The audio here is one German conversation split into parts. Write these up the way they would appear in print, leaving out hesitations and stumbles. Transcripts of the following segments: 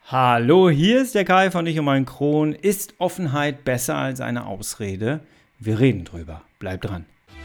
Hallo, hier ist der Kai von Ich und mein Kron. Ist Offenheit besser als eine Ausrede? Wir reden drüber. Bleib dran.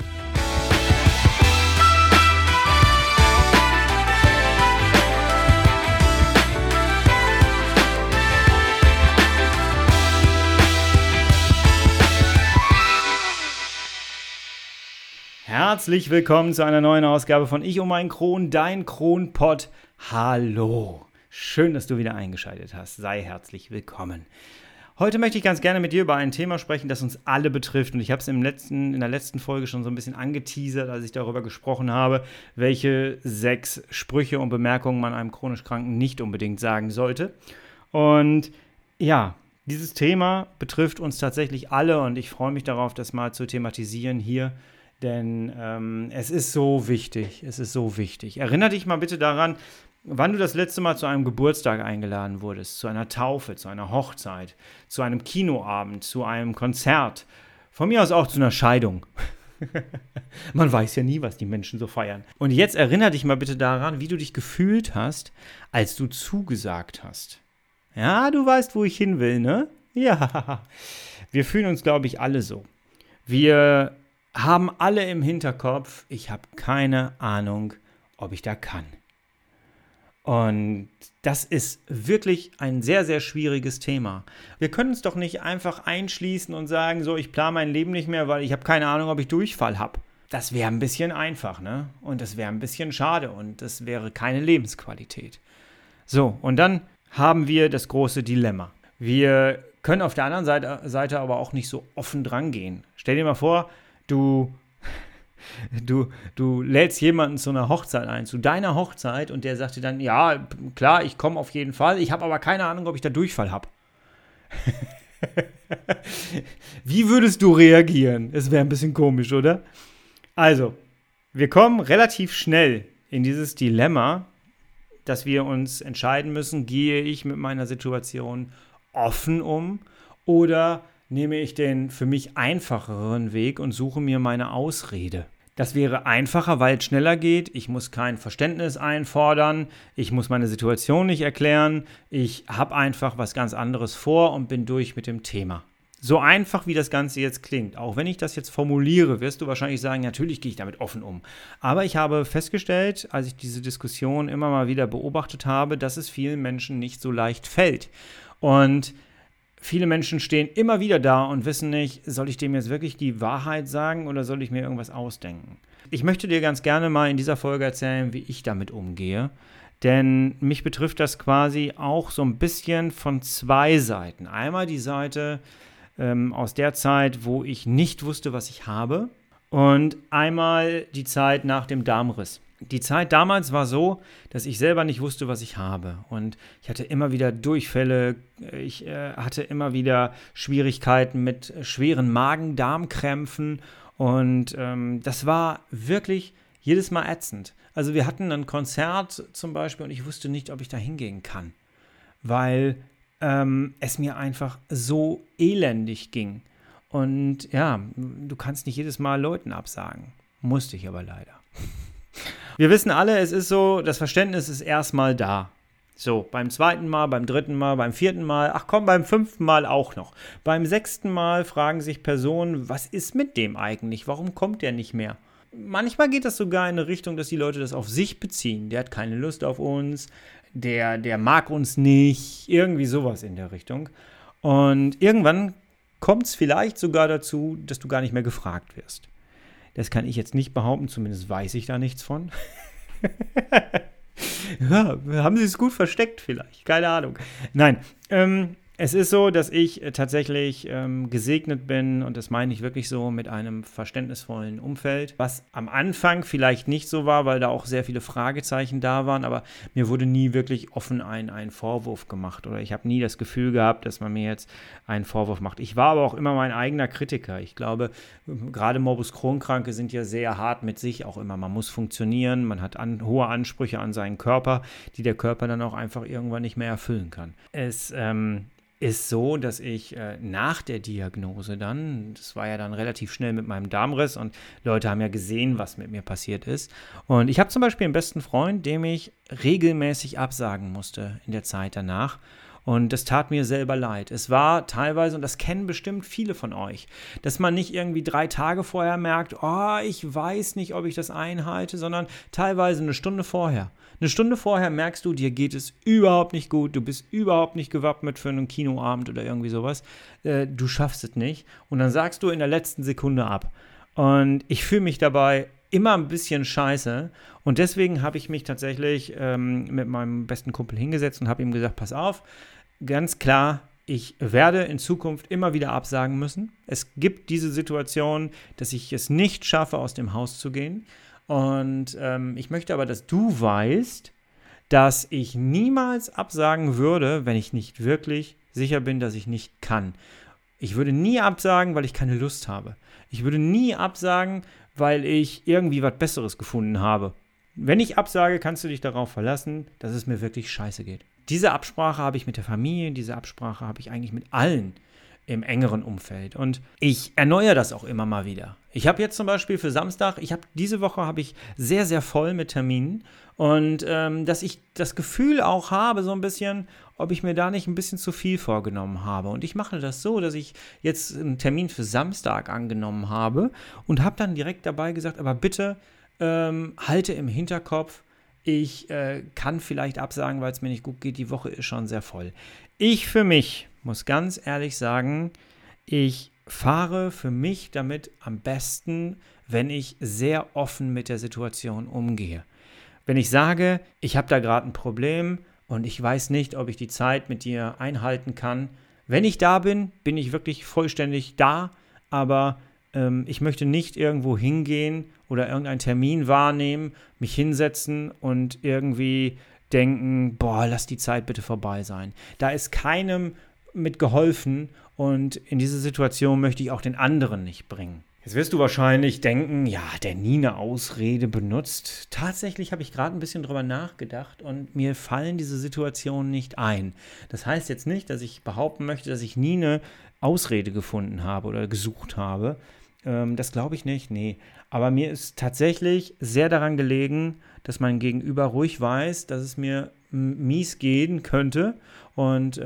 Herzlich willkommen zu einer neuen Ausgabe von Ich und mein Kron, dein Kronpott. Hallo. Schön, dass du wieder eingeschaltet hast. Sei herzlich willkommen. Heute möchte ich ganz gerne mit dir über ein Thema sprechen, das uns alle betrifft. Und ich habe es in der letzten Folge schon so ein bisschen angeteasert, als ich darüber gesprochen habe, welche 6 Sprüche und Bemerkungen man einem chronisch Kranken nicht unbedingt sagen sollte. Und ja, dieses Thema betrifft uns tatsächlich alle und ich freue mich darauf, das mal zu thematisieren hier. Denn es ist so wichtig. Erinner dich mal bitte daran, wann du das letzte Mal zu einem Geburtstag eingeladen wurdest, zu einer Taufe, zu einer Hochzeit, zu einem Kinoabend, zu einem Konzert, von mir aus auch zu einer Scheidung. Man weiß ja nie, was die Menschen so feiern. Und jetzt erinnere dich mal bitte daran, wie du dich gefühlt hast, als du zugesagt hast. Ja, du weißt, wo ich hin will, ne? Ja, wir fühlen uns, glaube ich, alle so. Wir haben alle im Hinterkopf, ich habe keine Ahnung, ob ich da kann. Und das ist wirklich ein sehr, sehr schwieriges Thema. Wir können uns doch nicht einfach einschließen und sagen, so, ich plane mein Leben nicht mehr, weil ich habe keine Ahnung, ob ich Durchfall habe. Das wäre ein bisschen einfach, ne? Und das wäre ein bisschen schade und das wäre keine Lebensqualität. So, und dann haben wir das große Dilemma. Wir können auf der anderen Seite aber auch nicht so offen dran gehen. Stell dir mal vor, Du lädst jemanden zu einer Hochzeit ein, zu deiner Hochzeit, und der sagt dir dann, ja, klar, ich komme auf jeden Fall, ich habe aber keine Ahnung, ob ich da Durchfall habe. Wie würdest du reagieren? Es wäre ein bisschen komisch, oder? Also, wir kommen relativ schnell in dieses Dilemma, dass wir uns entscheiden müssen, gehe ich mit meiner Situation offen um oder nehme ich den für mich einfacheren Weg und suche mir meine Ausrede. Das wäre einfacher, weil es schneller geht. Ich muss kein Verständnis einfordern. Ich muss meine Situation nicht erklären. Ich habe einfach was ganz anderes vor und bin durch mit dem Thema. So einfach, wie das Ganze jetzt klingt, auch wenn ich das jetzt formuliere, wirst du wahrscheinlich sagen, natürlich gehe ich damit offen um. Aber ich habe festgestellt, als ich diese Diskussion immer mal wieder beobachtet habe, dass es vielen Menschen nicht so leicht fällt. Und viele Menschen stehen immer wieder da und wissen nicht, soll ich dem jetzt wirklich die Wahrheit sagen oder soll ich mir irgendwas ausdenken? Ich möchte dir ganz gerne mal in dieser Folge erzählen, wie ich damit umgehe, denn mich betrifft das quasi auch so ein bisschen von 2 Seiten. Einmal die Seite aus der Zeit, wo ich nicht wusste, was ich habe, und einmal die Zeit nach dem Darmriss. Die Zeit damals war so, dass ich selber nicht wusste, was ich habe. Und ich hatte immer wieder Durchfälle, ich hatte immer wieder Schwierigkeiten mit schweren Magen-Darm-Krämpfen. Und das war wirklich jedes Mal ätzend. Also wir hatten ein Konzert zum Beispiel und ich wusste nicht, ob ich da hingehen kann. Weil es mir einfach so elendig ging. Und ja, du kannst nicht jedes Mal Leuten absagen. Musste ich aber leider. Wir wissen alle, es ist so, das Verständnis ist erstmal da. So, beim 2. Mal, beim 3. Mal, beim 4. Mal, ach komm, beim 5. Mal auch noch. Beim 6. Mal fragen sich Personen, was ist mit dem eigentlich? Warum kommt der nicht mehr? Manchmal geht das sogar in eine Richtung, dass die Leute das auf sich beziehen. Der hat keine Lust auf uns, der mag uns nicht, irgendwie sowas in der Richtung. Und irgendwann kommt es vielleicht sogar dazu, dass du gar nicht mehr gefragt wirst. Das kann ich jetzt nicht behaupten, zumindest weiß ich da nichts von. Ja, haben sie es gut versteckt vielleicht, keine Ahnung. Nein, es ist so, dass ich tatsächlich gesegnet bin, und das meine ich wirklich so, mit einem verständnisvollen Umfeld, was am Anfang vielleicht nicht so war, weil da auch sehr viele Fragezeichen da waren, aber mir wurde nie wirklich offen ein Vorwurf gemacht oder ich habe nie das Gefühl gehabt, dass man mir jetzt einen Vorwurf macht. Ich war aber auch immer mein eigener Kritiker. Ich glaube, gerade Morbus Crohn-Kranke sind ja sehr hart mit sich auch immer. Man muss funktionieren, man hat hohe Ansprüche an seinen Körper, die der Körper dann auch einfach irgendwann nicht mehr erfüllen kann. Es ist so, dass ich nach der Diagnose dann, das war ja dann relativ schnell mit meinem Darmriss und Leute haben ja gesehen, was mit mir passiert ist. Und ich habe zum Beispiel einen besten Freund, dem ich regelmäßig absagen musste in der Zeit danach. Und das tat mir selber leid. Es war teilweise, und das kennen bestimmt viele von euch, dass man nicht irgendwie 3 Tage vorher merkt, oh, ich weiß nicht, ob ich das einhalte, sondern teilweise eine Stunde vorher. Eine Stunde vorher merkst du, dir geht es überhaupt nicht gut, du bist überhaupt nicht gewappnet für einen Kinoabend oder irgendwie sowas. Du schaffst es nicht. Und dann sagst du in der letzten Sekunde ab. Und ich fühle mich dabei immer ein bisschen scheiße. Und deswegen habe ich mich tatsächlich mit meinem besten Kumpel hingesetzt und habe ihm gesagt, pass auf, ganz klar, ich werde in Zukunft immer wieder absagen müssen. Es gibt diese Situation, dass ich es nicht schaffe, aus dem Haus zu gehen. Und ich möchte aber, dass du weißt, dass ich niemals absagen würde, wenn ich nicht wirklich sicher bin, dass ich nicht kann. Ich würde nie absagen, weil ich keine Lust habe. Ich würde nie absagen, weil ich irgendwie was Besseres gefunden habe. Wenn ich absage, kannst du dich darauf verlassen, dass es mir wirklich scheiße geht. Diese Absprache habe ich mit der Familie, diese Absprache habe ich eigentlich mit allen im engeren Umfeld. Und ich erneuere das auch immer mal wieder. Ich habe jetzt zum Beispiel für Samstag, diese Woche habe ich sehr, sehr voll mit Terminen. Und dass ich das Gefühl auch habe, so ein bisschen, ob ich mir da nicht ein bisschen zu viel vorgenommen habe. Und ich mache das so, dass ich jetzt einen Termin für Samstag angenommen habe und habe dann direkt dabei gesagt, aber bitte halte im Hinterkopf, ich kann vielleicht absagen, weil es mir nicht gut geht. Die Woche ist schon sehr voll. Ich für mich muss ganz ehrlich sagen, ich fahre für mich damit am besten, wenn ich sehr offen mit der Situation umgehe. Wenn ich sage, ich habe da gerade ein Problem und ich weiß nicht, ob ich die Zeit mit dir einhalten kann. Wenn ich da bin, bin ich wirklich vollständig da, aber ich möchte nicht irgendwo hingehen oder irgendeinen Termin wahrnehmen, mich hinsetzen und irgendwie denken, boah, lass die Zeit bitte vorbei sein. Da ist keinem mit geholfen und in diese Situation möchte ich auch den anderen nicht bringen. Jetzt wirst du wahrscheinlich denken, ja, der nie eine Ausrede benutzt. Tatsächlich habe ich gerade ein bisschen drüber nachgedacht und mir fallen diese Situationen nicht ein. Das heißt jetzt nicht, dass ich behaupten möchte, dass ich nie eine Ausrede gefunden habe oder gesucht habe. Das glaube ich nicht, nee. Aber mir ist tatsächlich sehr daran gelegen, dass mein Gegenüber ruhig weiß, dass es mir mies gehen könnte. Und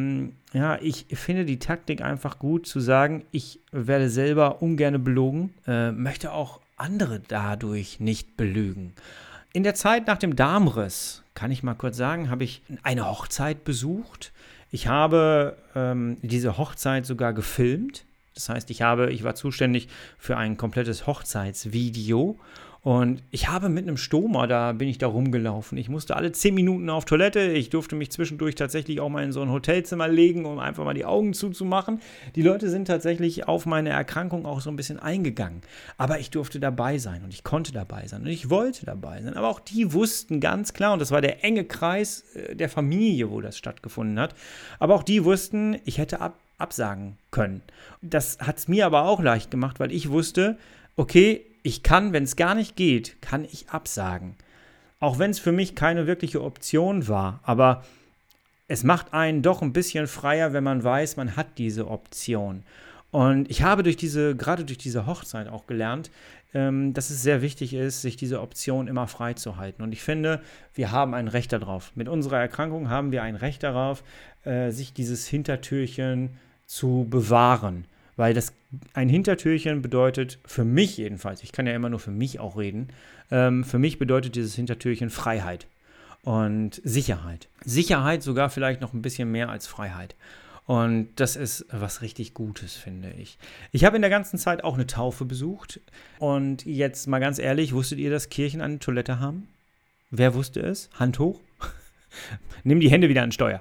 ich finde die Taktik einfach gut, zu sagen, ich werde selber ungern belogen, möchte auch andere dadurch nicht belügen. In der Zeit nach dem Darmriss, kann ich mal kurz sagen, habe ich eine Hochzeit besucht. Ich habe diese Hochzeit sogar gefilmt. Das heißt, ich war zuständig für ein komplettes Hochzeitsvideo und ich habe mit einem Stoma, bin ich da rumgelaufen. Ich musste alle 10 Minuten auf Toilette. Ich durfte mich zwischendurch tatsächlich auch mal in so ein Hotelzimmer legen, um einfach mal die Augen zuzumachen. Die Leute sind tatsächlich auf meine Erkrankung auch so ein bisschen eingegangen. Aber ich durfte dabei sein und ich konnte dabei sein und ich wollte dabei sein. Aber auch die wussten ganz klar, und das war der enge Kreis der Familie, wo das stattgefunden hat, aber auch die wussten, ich hätte absagen können. Das hat es mir aber auch leicht gemacht, weil ich wusste, okay, ich kann, wenn es gar nicht geht, kann ich absagen. Auch wenn es für mich keine wirkliche Option war, aber es macht einen doch ein bisschen freier, wenn man weiß, man hat diese Option. Und ich habe gerade durch diese Hochzeit auch gelernt, dass es sehr wichtig ist, sich diese Option immer freizuhalten. Und ich finde, wir haben ein Recht darauf. Mit unserer Erkrankung haben wir ein Recht darauf, sich dieses Hintertürchen zu bewahren. Weil ein Hintertürchen bedeutet, für mich jedenfalls, ich kann ja immer nur für mich auch reden, für mich bedeutet dieses Hintertürchen Freiheit und Sicherheit. Sicherheit sogar vielleicht noch ein bisschen mehr als Freiheit. Und das ist was richtig Gutes, finde ich. Ich habe in der ganzen Zeit auch eine Taufe besucht. Und jetzt mal ganz ehrlich, wusstet ihr, dass Kirchen eine Toilette haben? Wer wusste es? Hand hoch. Nimm die Hände wieder an Steuer.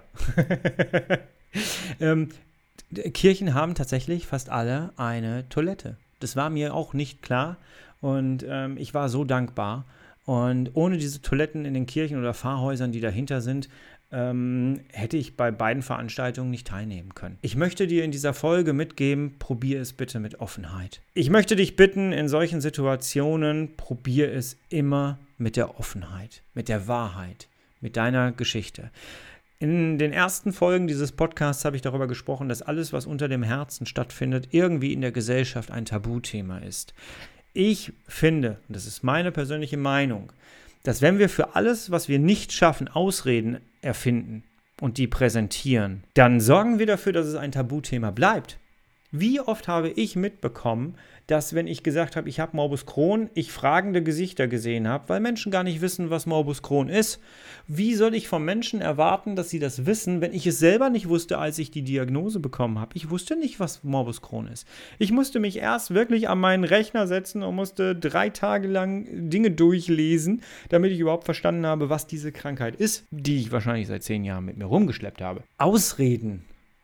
Kirchen haben tatsächlich fast alle eine Toilette. Das war mir auch nicht klar. Und ich war so dankbar. Und ohne diese Toiletten in den Kirchen oder Pfarrhäusern, die dahinter sind, hätte ich bei beiden Veranstaltungen nicht teilnehmen können. Ich möchte dir in dieser Folge mitgeben, probier es bitte mit Offenheit. Ich möchte dich bitten, in solchen Situationen, probier es immer mit der Offenheit, mit der Wahrheit, mit deiner Geschichte. In den ersten Folgen dieses Podcasts habe ich darüber gesprochen, dass alles, was unter dem Herzen stattfindet, irgendwie in der Gesellschaft ein Tabuthema ist. Ich finde, und das ist meine persönliche Meinung, dass wenn wir für alles, was wir nicht schaffen, Ausreden erfinden, und die präsentieren, dann sorgen wir dafür, dass es ein Tabuthema bleibt. Wie oft habe ich mitbekommen, dass, wenn ich gesagt habe, ich habe Morbus Crohn, ich fragende Gesichter gesehen habe, weil Menschen gar nicht wissen, was Morbus Crohn ist. Wie soll ich von Menschen erwarten, dass sie das wissen, wenn ich es selber nicht wusste, als ich die Diagnose bekommen habe? Ich wusste nicht, was Morbus Crohn ist. Ich musste mich erst wirklich an meinen Rechner setzen und musste 3 Tage lang Dinge durchlesen, damit ich überhaupt verstanden habe, was diese Krankheit ist, die ich wahrscheinlich seit 10 Jahren mit mir rumgeschleppt habe. Ausreden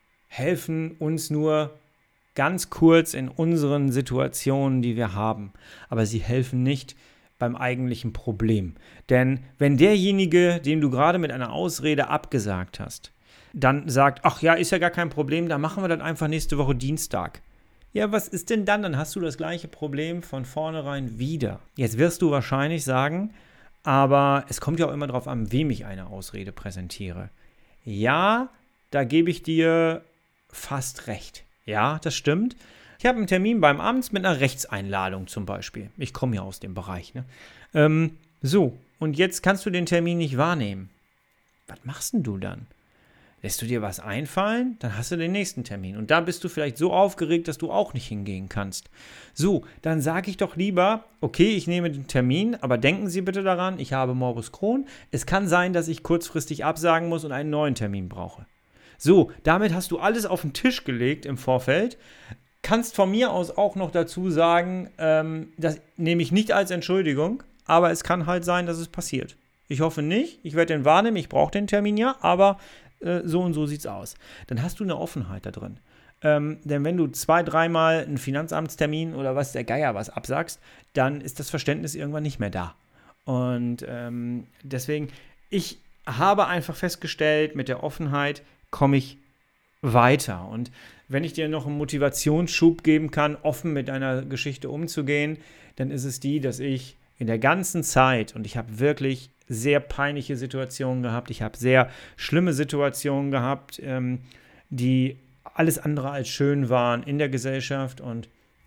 helfen uns nur ganz kurz in unseren Situationen, die wir haben. Aber sie helfen nicht beim eigentlichen Problem. Denn wenn derjenige, dem du gerade mit einer Ausrede abgesagt hast, dann sagt, ach ja, ist ja gar kein Problem, dann machen wir das einfach nächste Woche Dienstag. Ja, was ist denn dann? Dann hast du das gleiche Problem von vornherein wieder. Jetzt wirst du wahrscheinlich sagen, aber es kommt ja auch immer darauf an, wem ich eine Ausrede präsentiere. Ja, da gebe ich dir fast recht. Ja, das stimmt. Ich habe einen Termin beim Amt mit einer Rechtseinladung zum Beispiel. Ich komme ja aus dem Bereich. Ne? So, und jetzt kannst du den Termin nicht wahrnehmen. Was machst denn du dann? Lässt du dir was einfallen? Dann hast du den nächsten Termin. Und da bist du vielleicht so aufgeregt, dass du auch nicht hingehen kannst. So, dann sage ich doch lieber, okay, ich nehme den Termin, aber denken Sie bitte daran, ich habe Morbus Crohn. Es kann sein, dass ich kurzfristig absagen muss und einen neuen Termin brauche. So, damit hast du alles auf den Tisch gelegt im Vorfeld. Kannst von mir aus auch noch dazu sagen, das nehme ich nicht als Entschuldigung, aber es kann halt sein, dass es passiert. Ich hoffe nicht, ich werde den wahrnehmen, ich brauche den Termin ja, aber so und so sieht's aus. Dann hast du eine Offenheit da drin. Denn wenn du 2-3 Mal einen Finanzamtstermin oder was der Geier was absagst, dann ist das Verständnis irgendwann nicht mehr da. Und deswegen, ich habe einfach festgestellt, mit der Offenheit komme ich weiter. Und wenn ich dir noch einen Motivationsschub geben kann, offen mit deiner Geschichte umzugehen, dann ist es die, dass ich in der ganzen Zeit, und ich habe wirklich sehr peinliche Situationen gehabt, ich habe sehr schlimme Situationen gehabt, die alles andere als schön waren in der Gesellschaft und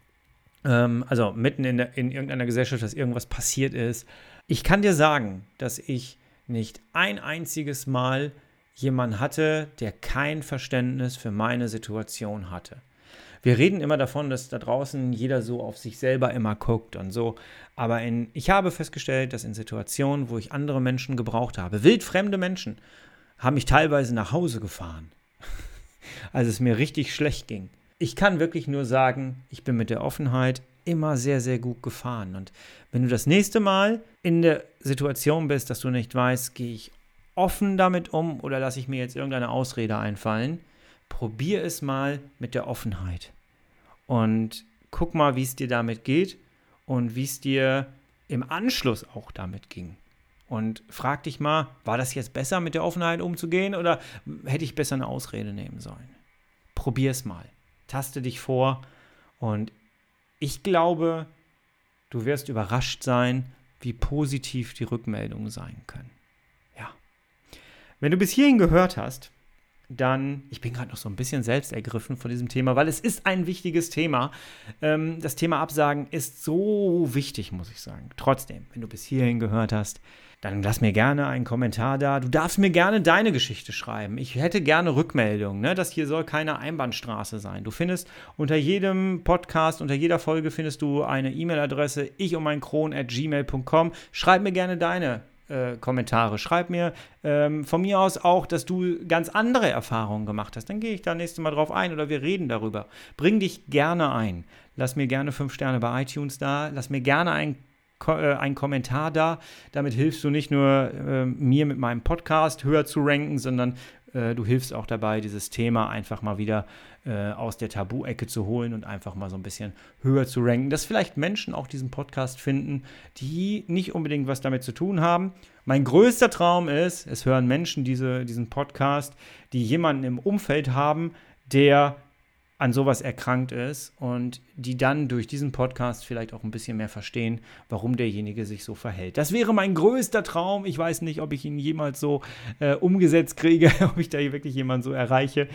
also mitten in irgendeiner Gesellschaft, dass irgendwas passiert ist. Ich kann dir sagen, dass ich nicht ein einziges Mal jemanden hatte, der kein Verständnis für meine Situation hatte. Wir reden immer davon, dass da draußen jeder so auf sich selber immer guckt und so. Aber ich habe festgestellt, dass in Situationen, wo ich andere Menschen gebraucht habe, wildfremde Menschen, haben mich teilweise nach Hause gefahren, als es mir richtig schlecht ging. Ich kann wirklich nur sagen, ich bin mit der Offenheit immer sehr, sehr gut gefahren. Und wenn du das nächste Mal in der Situation bist, dass du nicht weißt, gehe ich offen damit um oder lasse ich mir jetzt irgendeine Ausrede einfallen, probier es mal mit der Offenheit. Und guck mal, wie es dir damit geht und wie es dir im Anschluss auch damit ging. Und frag dich mal, war das jetzt besser, mit der Offenheit umzugehen oder hätte ich besser eine Ausrede nehmen sollen? Probier es mal. Taste dich vor und ich glaube, du wirst überrascht sein, wie positiv die Rückmeldungen sein können. Ja. Wenn du bis hierhin gehört hast, dann, ich bin gerade noch so ein bisschen selbst ergriffen von diesem Thema, weil es ist ein wichtiges Thema. Das Thema Absagen ist so wichtig, muss ich sagen. Trotzdem, wenn du bis hierhin gehört hast, dann lass mir gerne einen Kommentar da. Du darfst mir gerne deine Geschichte schreiben. Ich hätte gerne Rückmeldungen. Ne? Das hier soll keine Einbahnstraße sein. Du findest unter jedem Podcast, unter jeder Folge findest du eine E-Mail-Adresse, ichundmeinkron@gmail.com. Schreib mir gerne deine Kommentare. Schreib mir von mir aus auch, dass du ganz andere Erfahrungen gemacht hast. Dann gehe ich da nächstes Mal drauf ein oder wir reden darüber. Bring dich gerne ein. Lass mir gerne 5 Sterne bei iTunes da. Lass mir gerne einen Kommentar da. Damit hilfst du nicht nur mir mit meinem Podcast höher zu ranken, sondern du hilfst auch dabei, dieses Thema einfach mal wieder aus der Tabu-Ecke zu holen und einfach mal so ein bisschen höher zu ranken, dass vielleicht Menschen auch diesen Podcast finden, die nicht unbedingt was damit zu tun haben. Mein größter Traum ist, es hören Menschen diesen Podcast, die jemanden im Umfeld haben, der an sowas erkrankt ist und die dann durch diesen Podcast vielleicht auch ein bisschen mehr verstehen, warum derjenige sich so verhält. Das wäre mein größter Traum. Ich weiß nicht, ob ich ihn jemals so umgesetzt kriege, ob ich da hier wirklich jemanden so erreiche.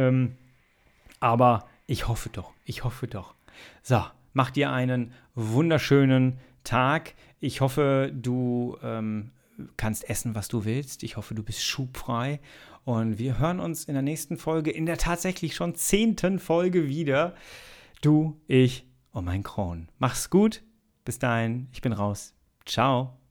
Aber ich hoffe doch. So, mach dir einen wunderschönen Tag. Ich hoffe, du kannst essen, was du willst. Ich hoffe, du bist schubfrei. Und wir hören uns in der nächsten Folge, in der tatsächlich schon 10. Folge wieder. Du, ich und mein Kron. Mach's gut. Bis dahin, ich bin raus. Ciao.